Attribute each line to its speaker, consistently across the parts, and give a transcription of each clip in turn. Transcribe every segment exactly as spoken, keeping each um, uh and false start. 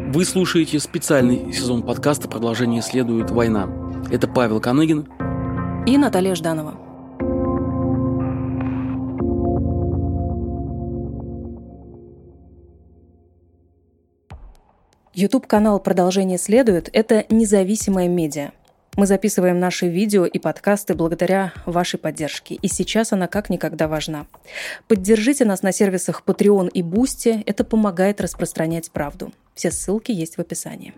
Speaker 1: Вы слушаете специальный сезон подкаста «Продолжение следует. Война». Это Павел Коныгин
Speaker 2: и Наталья Жданова. YouTube-канал «Продолжение следует» — это независимое медиа. Мы записываем наши видео и подкасты благодаря вашей поддержке, и сейчас она как никогда важна. Поддержите нас на сервисах Patreon и Boosty, это помогает распространять правду. Все ссылки есть в описании.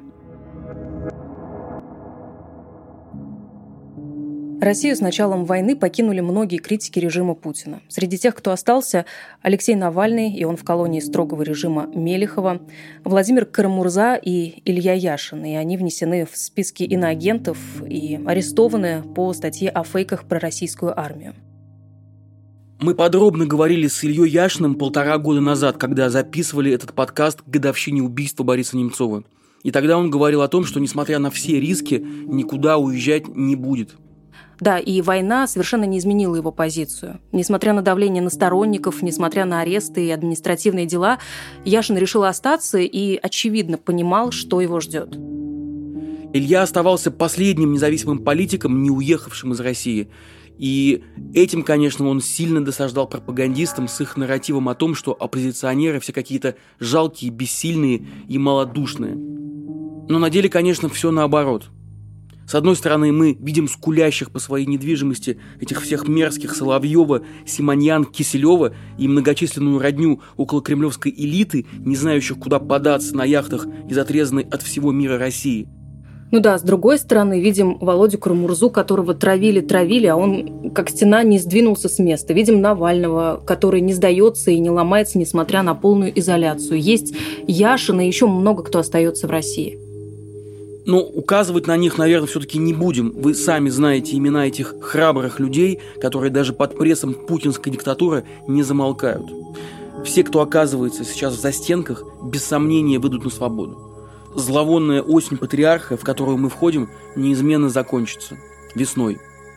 Speaker 2: Россию с началом войны покинули многие критики режима Путина. Среди тех, кто остался, Алексей Навальный, и он в колонии строгого режима Мелихова, Владимир Кара-Мурза и Илья Яшин, и они внесены в списки иноагентов и арестованы по статье о фейках про российскую армию.
Speaker 1: Мы подробно говорили с Ильей Яшиным полтора года назад, когда записывали этот подкаст к годовщине убийства Бориса Немцова. И тогда он говорил о том, что, несмотря на все риски, никуда уезжать не будет.
Speaker 2: Да, и война совершенно не изменила его позицию. Несмотря на давление на сторонников, несмотря на аресты и административные дела, Яшин решил остаться и, очевидно, понимал, что его ждет.
Speaker 1: Илья оставался последним независимым политиком, не уехавшим из России. И этим, конечно, он сильно досаждал пропагандистам с их нарративом о том, что оппозиционеры все какие-то жалкие, бессильные и малодушные. Но на деле, конечно, все наоборот. С одной стороны, мы видим скулящих по своей недвижимости этих всех мерзких Соловьева, Симоньян, Киселева и многочисленную родню около кремлевской элиты, не знающих, куда податься на яхтах из отрезанной от всего мира России.
Speaker 2: Ну да, с другой стороны, видим Володю Кара-Мурзу, которого травили-травили, а он, как стена, не сдвинулся с места. Видим Навального, который не сдается и не ломается, несмотря на полную изоляцию. Есть Яшин и еще много кто остается в России.
Speaker 1: Но указывать на них, наверное, все-таки не будем. Вы сами знаете имена этих храбрых людей, которые даже под прессом путинской диктатуры не замолкают. Все, кто оказывается сейчас в застенках, без сомнения выйдут на свободу. Зловонная осень патриарха, в которую мы входим, неизменно закончится. Весной.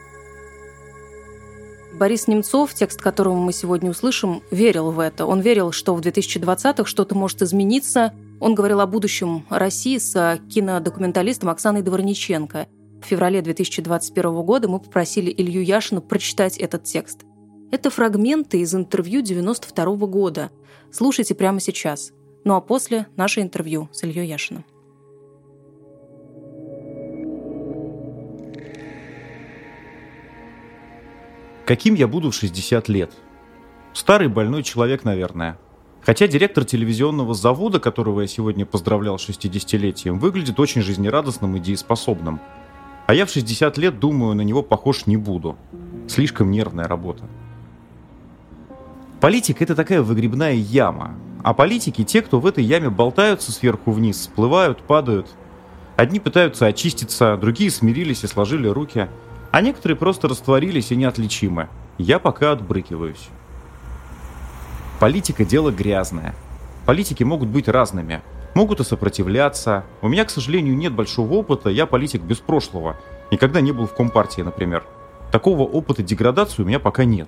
Speaker 2: Борис Немцов, текст которого мы сегодня услышим, верил в это. Он верил, что в две тысячи двадцатых что-то может измениться. Он говорил о будущем России с кинодокументалистом Оксаной Дворниченко. В феврале две тысячи двадцать первого года мы попросили Илью Яшина прочитать этот текст. Это фрагменты из интервью девяносто второго года. Слушайте прямо сейчас. Ну а после наше интервью с Ильей Яшиным.
Speaker 3: Каким я буду в шестьдесят лет? Старый больной человек, наверное. Хотя директор телевизионного завода, которого я сегодня поздравлял с шестидесятилетием, выглядит очень жизнерадостным и дееспособным. А я в шестьдесят лет, думаю, на него похож не буду. Слишком нервная работа. Политика — это такая выгребная яма. А политики — те, кто в этой яме болтаются сверху вниз, всплывают, падают. Одни пытаются очиститься, другие смирились и сложили руки. А некоторые просто растворились и неотличимы. Я пока отбрыкиваюсь. Политика — дело грязное. Политики могут быть разными. Могут и сопротивляться. У меня, к сожалению, нет большого опыта, я политик без прошлого. Никогда не был в Компартии, например. Такого опыта деградации у меня пока нет.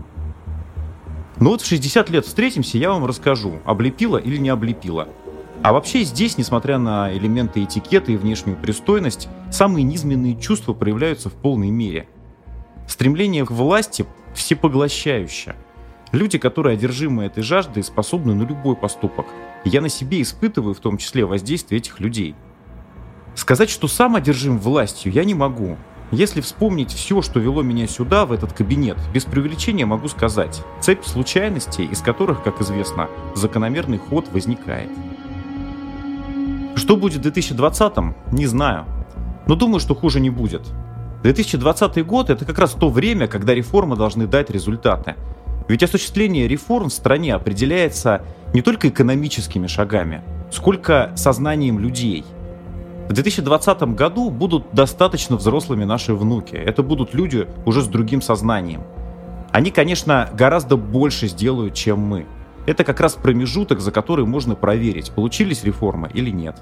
Speaker 3: Но вот в шестьдесят лет встретимся, я вам расскажу, облепила или не облепила. А вообще здесь, несмотря на элементы этикета и внешнюю пристойность, самые низменные чувства проявляются в полной мере. Стремление к власти всепоглощающее. Люди, которые одержимы этой жаждой, способны на любой поступок. И я на себе испытываю в том числе воздействие этих людей. Сказать, что сам одержим властью, я не могу. Если вспомнить все, что вело меня сюда, в этот кабинет, без преувеличения могу сказать: цепь случайностей, из которых, как известно, закономерный ход возникает. Что будет в две тысячи двадцатом, не знаю. Но думаю, что хуже не будет. две тысячи двадцатый год — это как раз то время, когда реформы должны дать результаты. Ведь осуществление реформ в стране определяется не только экономическими шагами, сколько сознанием людей. В две тысячи двадцатом году будут достаточно взрослыми наши внуки. Это будут люди уже с другим сознанием. Они, конечно, гораздо больше сделают, чем мы. Это как раз промежуток, за который можно проверить, получились реформы или нет.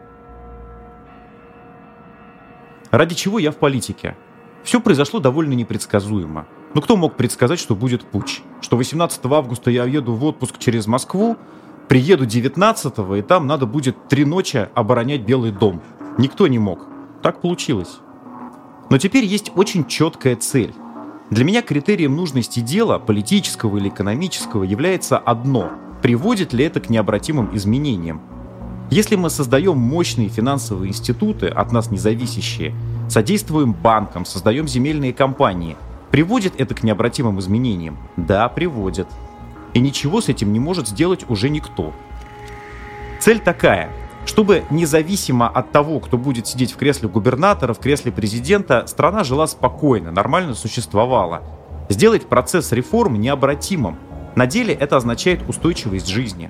Speaker 3: Ради чего я в политике? Все произошло довольно непредсказуемо. Но кто мог предсказать, что будет путч? Что восемнадцатого августа я еду в отпуск через Москву, Приеду девятнадцатого, и там надо будет три ночи оборонять Белый дом. Никто не мог. Так получилось. Но теперь есть очень четкая цель. Для меня критерием нужности дела, политического или экономического, является одно – приводит ли это к необратимым изменениям. Если мы создаем мощные финансовые институты, от нас независящие, содействуем банкам, создаем земельные компании, приводит это к необратимым изменениям? Да, приводит. И ничего с этим не может сделать уже никто. Цель такая – чтобы независимо от того, кто будет сидеть в кресле губернатора, в кресле президента, страна жила спокойно, нормально существовала. Сделать процесс реформ необратимым. На деле это означает устойчивость жизни.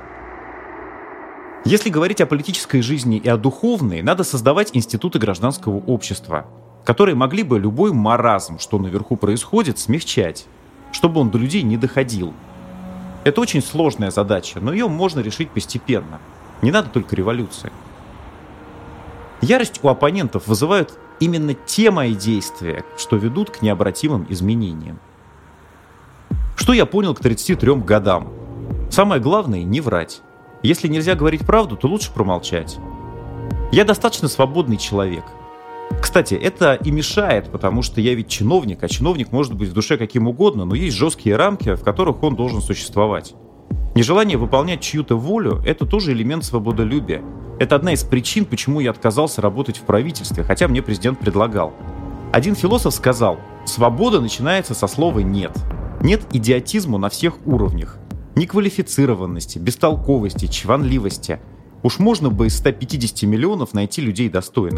Speaker 3: Если говорить о политической жизни и о духовной, надо создавать институты гражданского общества, которые могли бы любой маразм, что наверху происходит, смягчать, чтобы он до людей не доходил. Это очень сложная задача, но ее можно решить постепенно. Не надо только революции. Ярость у оппонентов вызывают именно те мои действия, что ведут к необратимым изменениям. Что я понял к тридцати трём годам? Самое главное – не врать. Если нельзя говорить правду, то лучше промолчать. Я достаточно свободный человек. Кстати, это и мешает, потому что я ведь чиновник, а чиновник может быть в душе каким угодно, но есть жесткие рамки, в которых он должен существовать. Нежелание выполнять чью-то волю – это тоже элемент свободолюбия. Это одна из причин, почему я отказался работать в правительстве, хотя мне президент предлагал. Один философ сказал: свобода начинается со слова «нет». Нет идиотизму на всех уровнях. Неквалифицированности, бестолковости, чванливости. Уж можно бы из ста пятидесяти миллионов найти людей достойных.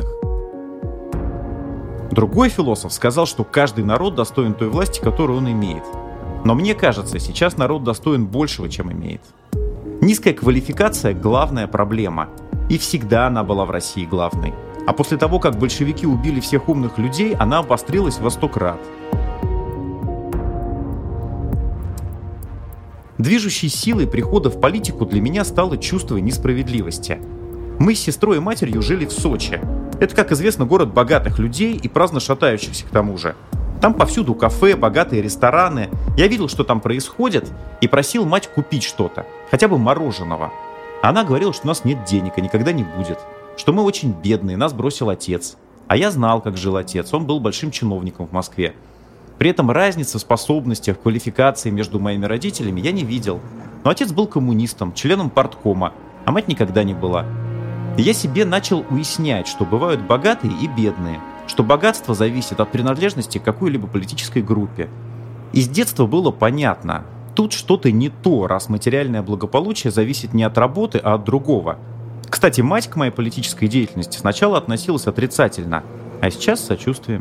Speaker 3: Другой философ сказал, что каждый народ достоин той власти, которую он имеет. Но мне кажется, сейчас народ достоин большего, чем имеет. Низкая квалификация – главная проблема. И всегда она была в России главной. А после того, как большевики убили всех умных людей, она обострилась во сто крат. Движущей силой прихода в политику для меня стало чувство несправедливости. Мы с сестрой и матерью жили в Сочи. Это, как известно, город богатых людей и праздно шатающихся к тому же. Там повсюду кафе, богатые рестораны. Я видел, что там происходит, и просил мать купить что-то, хотя бы мороженого. Она говорила, что у нас нет денег и никогда не будет, что мы очень бедные, нас бросил отец. А я знал, как жил отец, он был большим чиновником в Москве. При этом разницы в способностях, квалификации между моими родителями я не видел. Но отец был коммунистом, членом парткома, а мать никогда не была. И я себе начал уяснять, что бывают богатые и бедные, что богатство зависит от принадлежности к какой-либо политической группе. И с детства было понятно, тут что-то не то, раз материальное благополучие зависит не от работы, а от другого. Кстати, мать к моей политической деятельности сначала относилась отрицательно, а сейчас с сочувствием.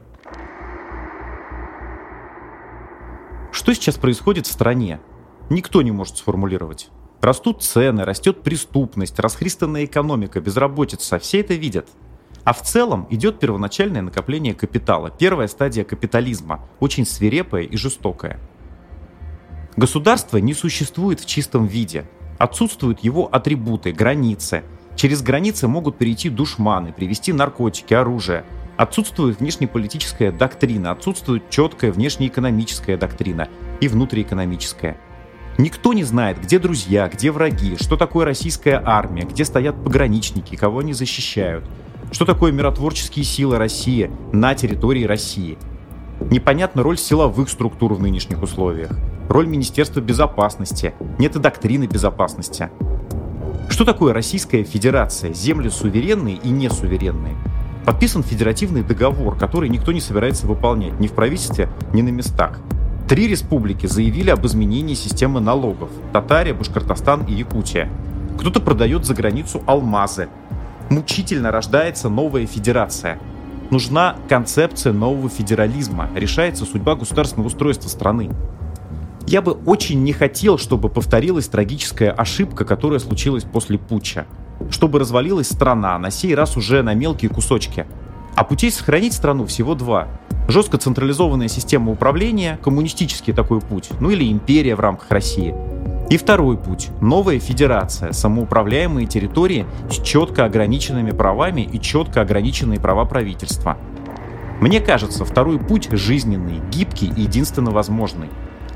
Speaker 3: Что сейчас происходит в стране? Никто не может сформулировать. Растут цены, растет преступность, расхристанная экономика, безработица. Все это видят. А в целом идет первоначальное накопление капитала. Первая стадия капитализма. Очень свирепая и жестокая. Государство не существует в чистом виде. Отсутствуют его атрибуты, границы. Через границы могут перейти душманы, привезти наркотики, оружие. Отсутствует внешнеполитическая доктрина, отсутствует четкая внешнеэкономическая доктрина и внутриэкономическая. Никто не знает, где друзья, где враги, что такое российская армия, где стоят пограничники, кого они защищают, что такое миротворческие силы России на территории России. Непонятна роль силовых структур в нынешних условиях, роль Министерства безопасности, нет и доктрины безопасности. Что такое Российская Федерация, земли суверенные и несуверенные? Подписан федеративный договор, который никто не собирается выполнять ни в правительстве, ни на местах. Три республики заявили об изменении системы налогов – Татария, Башкортостан и Якутия. Кто-то продает за границу алмазы. Мучительно рождается новая федерация. Нужна концепция нового федерализма, решается судьба государственного устройства страны. Я бы очень не хотел, чтобы повторилась трагическая ошибка, которая случилась после путча. Чтобы развалилась страна, на сей раз уже на мелкие кусочки. А путей сохранить страну всего два. Жестко централизованная система управления, коммунистический такой путь, ну или империя в рамках России. И второй путь – новая федерация, самоуправляемые территории с четко ограниченными правами и четко ограниченные права правительства. Мне кажется, второй путь жизненный, гибкий и единственно возможный.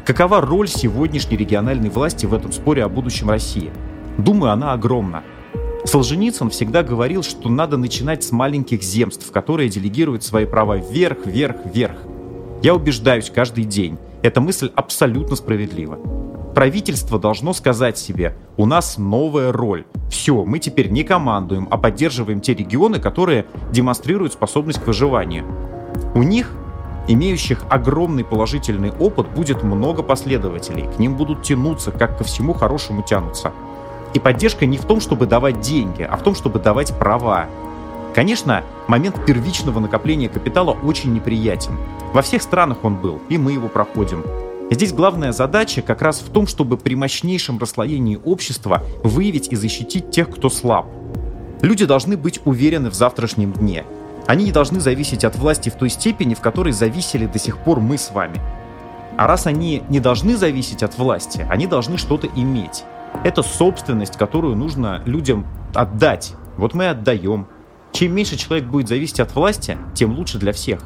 Speaker 3: Какова роль сегодняшней региональной власти в этом споре о будущем России? Думаю, она огромна. Солженицын всегда говорил, что надо начинать с маленьких земств, которые делегируют свои права вверх, вверх, вверх. Я убеждаюсь каждый день, эта мысль абсолютно справедлива. Правительство должно сказать себе: у нас новая роль. Все, мы теперь не командуем, а поддерживаем те регионы, которые демонстрируют способность к выживанию. У них, имеющих огромный положительный опыт, будет много последователей. К ним будут тянуться, как ко всему хорошему тянутся. И поддержка не в том, чтобы давать деньги, а в том, чтобы давать права. Конечно, момент первичного накопления капитала очень неприятен. Во всех странах он был, и мы его проходим. Здесь главная задача как раз в том, чтобы при мощнейшем расслоении общества выявить и защитить тех, кто слаб. Люди должны быть уверены в завтрашнем дне. Они не должны зависеть от власти в той степени, в которой зависели до сих пор мы с вами. А раз они не должны зависеть от власти, они должны что-то иметь. Это собственность, которую нужно людям отдать. Вот мы отдаем. Чем меньше человек будет зависеть от власти, тем лучше для всех.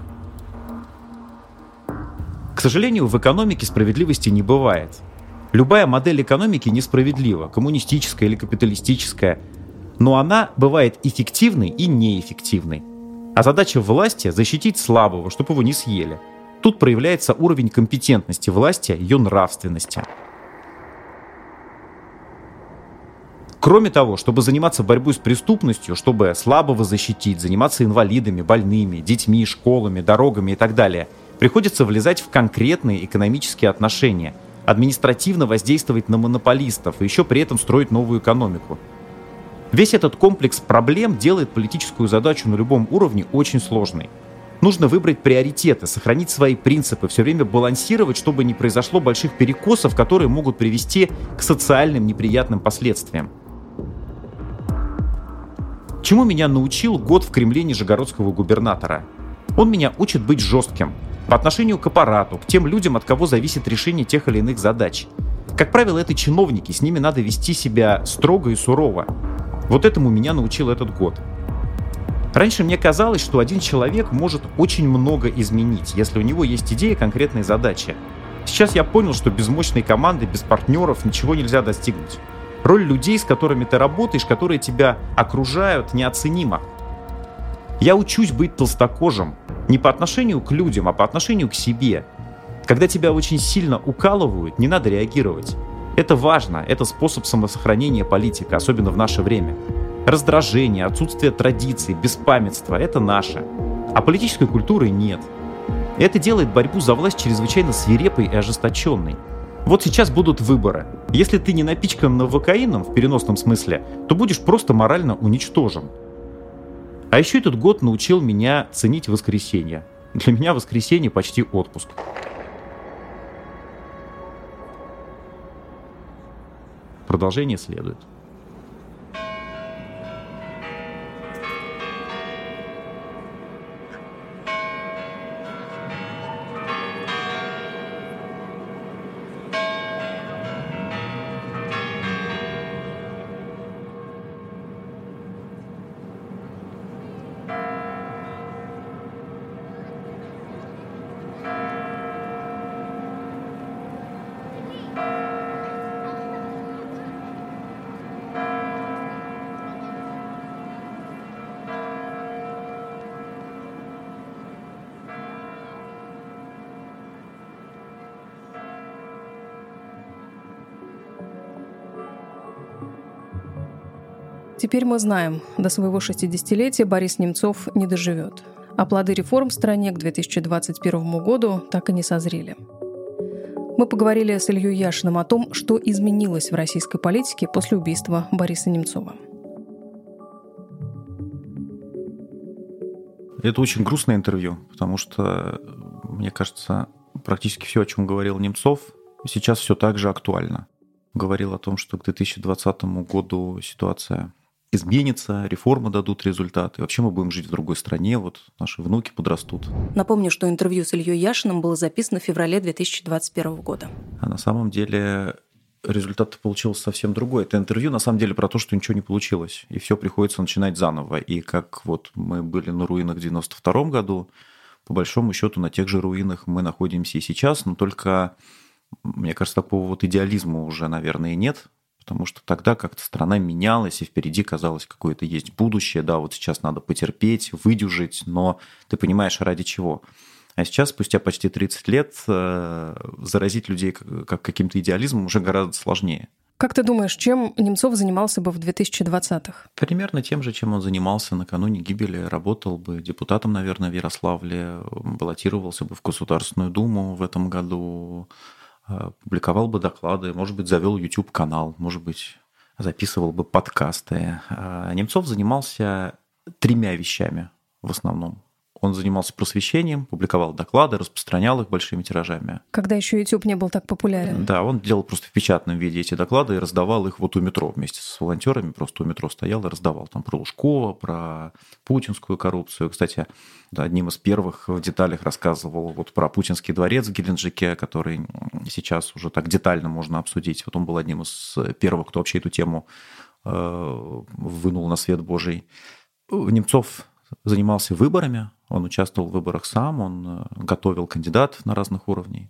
Speaker 3: К сожалению, в экономике справедливости не бывает. Любая модель экономики несправедлива, коммунистическая или капиталистическая, но она бывает эффективной и неэффективной. А задача власти — защитить слабого, чтобы его не съели. Тут проявляется уровень компетентности власти, ее нравственности. Кроме того, чтобы заниматься борьбой с преступностью, чтобы слабого защитить, заниматься инвалидами, больными, детьми, школами, дорогами и так далее, приходится влезать в конкретные экономические отношения, административно воздействовать на монополистов и еще при этом строить новую экономику. Весь этот комплекс проблем делает политическую задачу на любом уровне очень сложной. Нужно выбрать приоритеты, сохранить свои принципы, все время балансировать, чтобы не произошло больших перекосов, которые могут привести к социальным неприятным последствиям. Чему меня научил год в Кремле нижегородского губернатора? Он меня учит быть жестким по отношению к аппарату, к тем людям, от кого зависит решение тех или иных задач. Как правило, это чиновники, с ними надо вести себя строго и сурово. Вот этому меня научил этот год. Раньше мне казалось, что один человек может очень много изменить, если у него есть идея конкретной задачи. Сейчас я понял, что без мощной команды, без партнеров ничего нельзя достигнуть. Роль людей, с которыми ты работаешь, которые тебя окружают, неоценима. Я учусь быть толстокожим не по отношению к людям, а по отношению к себе. Когда тебя очень сильно укалывают, не надо реагировать. Это важно, это способ самосохранения политика, особенно в наше время. Раздражение, отсутствие традиций, беспамятство – это наше. А политической культуры нет. И это делает борьбу за власть чрезвычайно свирепой и ожесточенной. Вот сейчас будут выборы. Если ты не напичкан новокаином в переносном смысле, то будешь просто морально уничтожен. А еще этот год научил меня ценить воскресенье. Для меня воскресенье почти отпуск. Продолжение следует.
Speaker 2: Теперь мы знаем, до своего шестидесятилетия Борис Немцов не доживет, а плоды реформ в стране к две тысячи двадцать первому году так и не созрели. Мы поговорили с Ильей Яшиным о том, что изменилось в российской политике после убийства Бориса Немцова.
Speaker 3: Это очень грустное интервью, потому что, мне кажется, практически все, о чем говорил Немцов, сейчас все так же актуально. Говорил о том, что к две тысячи двадцатому году ситуация изменится, реформы дадут результаты. Вообще мы будем жить в другой стране, вот наши внуки подрастут.
Speaker 2: Напомню, что интервью с Ильей Яшиным было записано в феврале две тысячи двадцать первого года.
Speaker 3: А на самом деле результат получился совсем другой. Это интервью на самом деле про то, что ничего не получилось, и все приходится начинать заново. И как вот мы были на руинах в девяносто втором году, по большому счету на тех же руинах мы находимся и сейчас, но только Мне кажется, такого вот идеализма уже, наверное, и нет, потому что тогда как-то страна менялась, и впереди казалось, какое-то есть будущее, да, вот сейчас надо потерпеть, выдержать, но ты понимаешь, ради чего. А сейчас, спустя почти тридцать лет, заразить людей как каким-то идеализмом уже гораздо сложнее.
Speaker 2: Как ты думаешь, чем Немцов занимался бы в две тысячи двадцатых?
Speaker 3: Примерно тем же, чем он занимался накануне гибели. Работал бы депутатом, наверное, в Ярославле, баллотировался бы в Государственную Думу в этом году, публиковал бы доклады, может быть, завел YouTube-канал, может быть, записывал бы подкасты. Немцов занимался тремя вещами в основном. Он занимался просвещением, публиковал доклады, распространял их большими тиражами.
Speaker 2: Когда еще YouTube не был так популярен.
Speaker 3: Да, он делал просто в печатном виде эти доклады и раздавал их вот у метро вместе с волонтерами. Просто у метро стоял и раздавал там про Лужкова, про путинскую коррупцию. Кстати, одним из первых в деталях рассказывал вот про Путинский дворец в Геленджике, который сейчас уже так детально можно обсудить. Вот он был одним из первых, кто вообще эту тему вынул на свет Божий. Немцов занимался выборами, он участвовал в выборах сам, он готовил кандидатов на разных уровнях.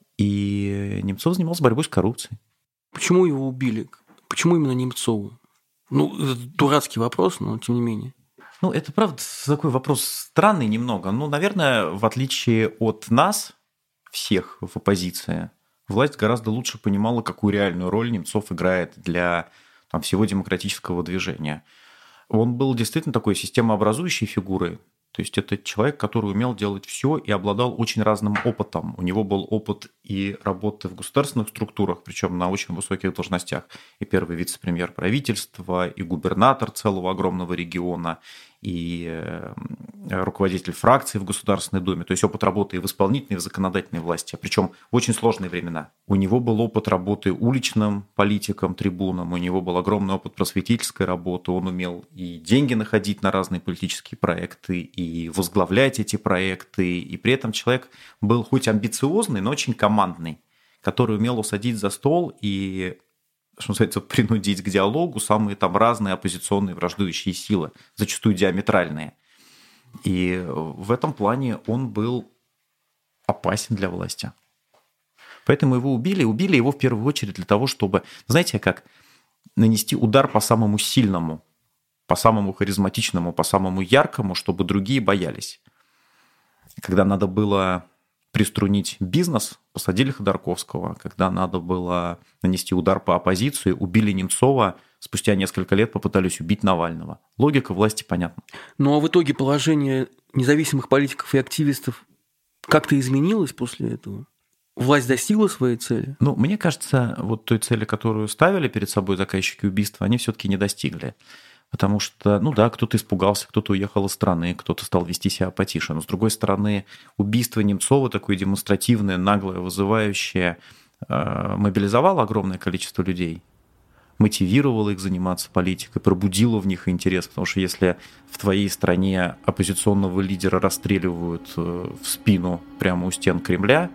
Speaker 3: И Немцов занимался борьбой с коррупцией.
Speaker 1: Почему его убили? Почему именно Немцову? Ну, это дурацкий вопрос, но тем не менее.
Speaker 3: Ну, это, правда, такой вопрос странный немного. Ну, наверное, в отличие от нас, всех в оппозиции, власть гораздо лучше понимала, какую реальную роль Немцов играет для там, всего демократического движения. Он был действительно такой системообразующей фигурой. То есть это человек, который умел делать все и обладал очень разным опытом. У него был опыт и работы в государственных структурах, причем на очень высоких должностях. И первый вице-премьер правительства, и губернатор целого огромного региона, и руководитель фракции в Государственной Думе. То есть опыт работы и в исполнительной, и в законодательной власти. Причем в очень сложные времена. У него был опыт работы уличным политиком, трибуном. У него был огромный опыт просветительской работы. Он умел и деньги находить на разные политические проекты, и возглавлять эти проекты. И при этом человек был хоть амбициозный, но очень командный, который умел усадить за стол и, что называется, принудить к диалогу самые там разные оппозиционные враждующие силы, зачастую диаметральные. И в этом плане он был опасен для власти. Поэтому его убили. Убили его в первую очередь для того, чтобы, знаете, как нанести удар по самому сильному, по самому харизматичному, по самому яркому, чтобы другие боялись. Когда надо было приструнить бизнес, посадили Ходорковского. Когда надо было нанести удар по оппозиции, убили Немцова. Спустя несколько лет попытались убить Навального. Логика власти понятна.
Speaker 1: Ну а в итоге положение независимых политиков и активистов как-то изменилось после этого? Власть достигла своей цели?
Speaker 3: Ну, мне кажется, вот той цели, которую ставили перед собой заказчики убийства, они все-таки не достигли. Потому что, ну да, кто-то испугался, кто-то уехал из страны, кто-то стал вести себя потише. Но, с другой стороны, убийство Немцова, такое демонстративное, наглое, вызывающее, мобилизовало огромное количество людей, мотивировало их заниматься политикой, пробудило в них интерес. Потому что если в твоей стране оппозиционного лидера расстреливают в спину прямо у стен Кремля,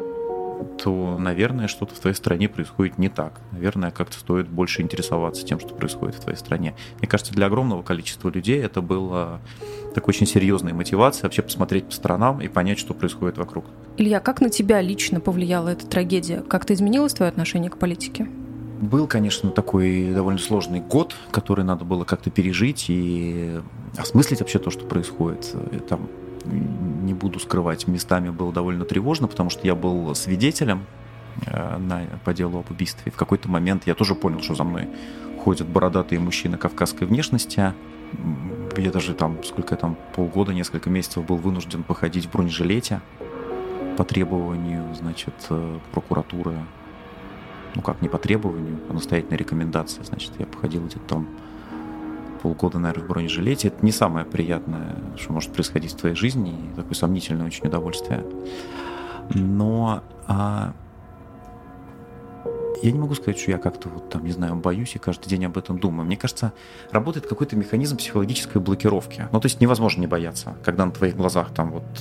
Speaker 3: то, наверное, что-то в твоей стране происходит не так. Наверное, как-то стоит больше интересоваться тем, что происходит в твоей стране. Мне кажется, для огромного количества людей это была такой очень серьезная мотивация вообще посмотреть по сторонам и понять, что происходит вокруг.
Speaker 2: Илья, как на тебя лично повлияла эта трагедия? Как-то изменилось твое отношение к политике?
Speaker 3: Был, конечно, такой довольно сложный год, который надо было как-то пережить и осмыслить вообще то, что происходит. И там, не буду скрывать, местами было довольно тревожно, потому что я был свидетелем на, по делу об убийстве. В какой-то момент я тоже понял, что за мной ходят бородатые мужчины кавказской внешности. Я даже там, сколько я там, полгода, несколько месяцев был вынужден походить в бронежилете по требованию, значит, прокуратуры. Ну как, не по требованию, а настоятельной рекомендации. Значит, я походил где-то там полгода, наверное, в бронежилете. Это не самое приятное, что может происходить в твоей жизни, и такое сомнительное очень удовольствие. Но а, я не могу сказать, что я как-то вот там, не знаю, боюсь и каждый день об этом думаю. Мне кажется, работает какой-то механизм психологической блокировки. Ну, то есть невозможно не бояться, когда на твоих глазах там вот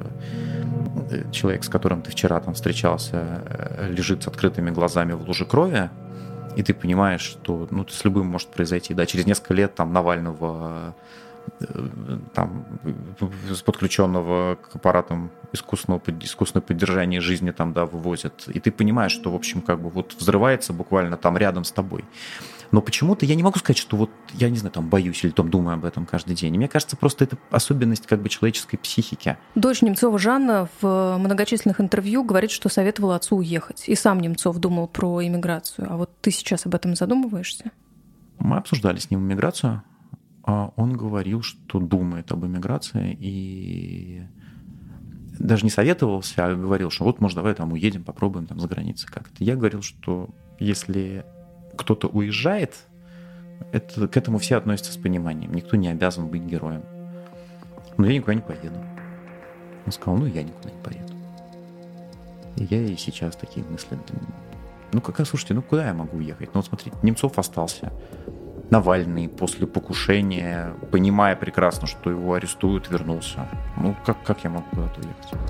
Speaker 3: э, человек, с которым ты вчера там встречался, э, лежит с открытыми глазами в луже крови, и ты понимаешь, что ну, с любым может произойти. Да, через несколько лет там Навального там, с подключенного к аппаратам искусственного, искусственного поддержания жизни там, да, вывозят. И ты понимаешь, что, в общем, как бы вот взрывается буквально там рядом с тобой. Но почему-то я не могу сказать, что вот, я не знаю, там, боюсь или там думаю об этом каждый день. И мне кажется, просто это особенность как бы человеческой психики.
Speaker 2: Дочь Немцова Жанна в многочисленных интервью говорит, что советовала отцу уехать. И сам Немцов думал про иммиграцию. А вот ты сейчас об этом задумываешься?
Speaker 3: Мы обсуждали с ним иммиграцию. Он говорил, что думает об эмиграции, и даже не советовался, а говорил, что вот, может, давай там уедем, попробуем там за границей как-то. Я говорил, что если кто-то уезжает, это, к этому все относятся с пониманием. Никто не обязан быть героем. Но я никуда не поеду. Он сказал, ну, я никуда не поеду. И я и сейчас такие мысли. Ну, как, слушайте, ну, куда я могу уехать? Ну, вот смотрите, Немцов остался. Навальный после покушения, понимая прекрасно, что его арестуют, вернулся. Ну, как, как я могу куда-то уехать?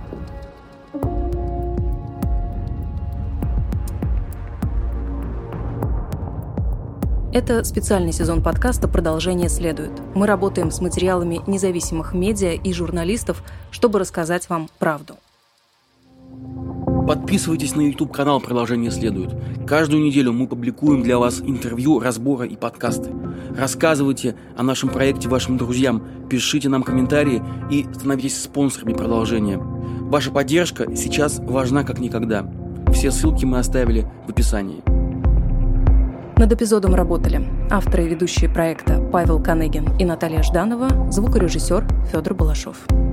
Speaker 2: Это специальный сезон подкаста «Продолжение следует». Мы работаем с материалами независимых медиа и журналистов, чтобы рассказать вам правду.
Speaker 1: Подписывайтесь на YouTube-канал «Продолжение следует». Каждую неделю мы публикуем для вас интервью, разборы и подкасты. Рассказывайте о нашем проекте вашим друзьям, пишите нам комментарии и становитесь спонсорами продолжения. Ваша поддержка сейчас важна как никогда. Все ссылки мы оставили в описании.
Speaker 2: Над эпизодом работали авторы и ведущие проекта Павел Каныгин и Наталья Жданова, звукорежиссер Федор Балашов.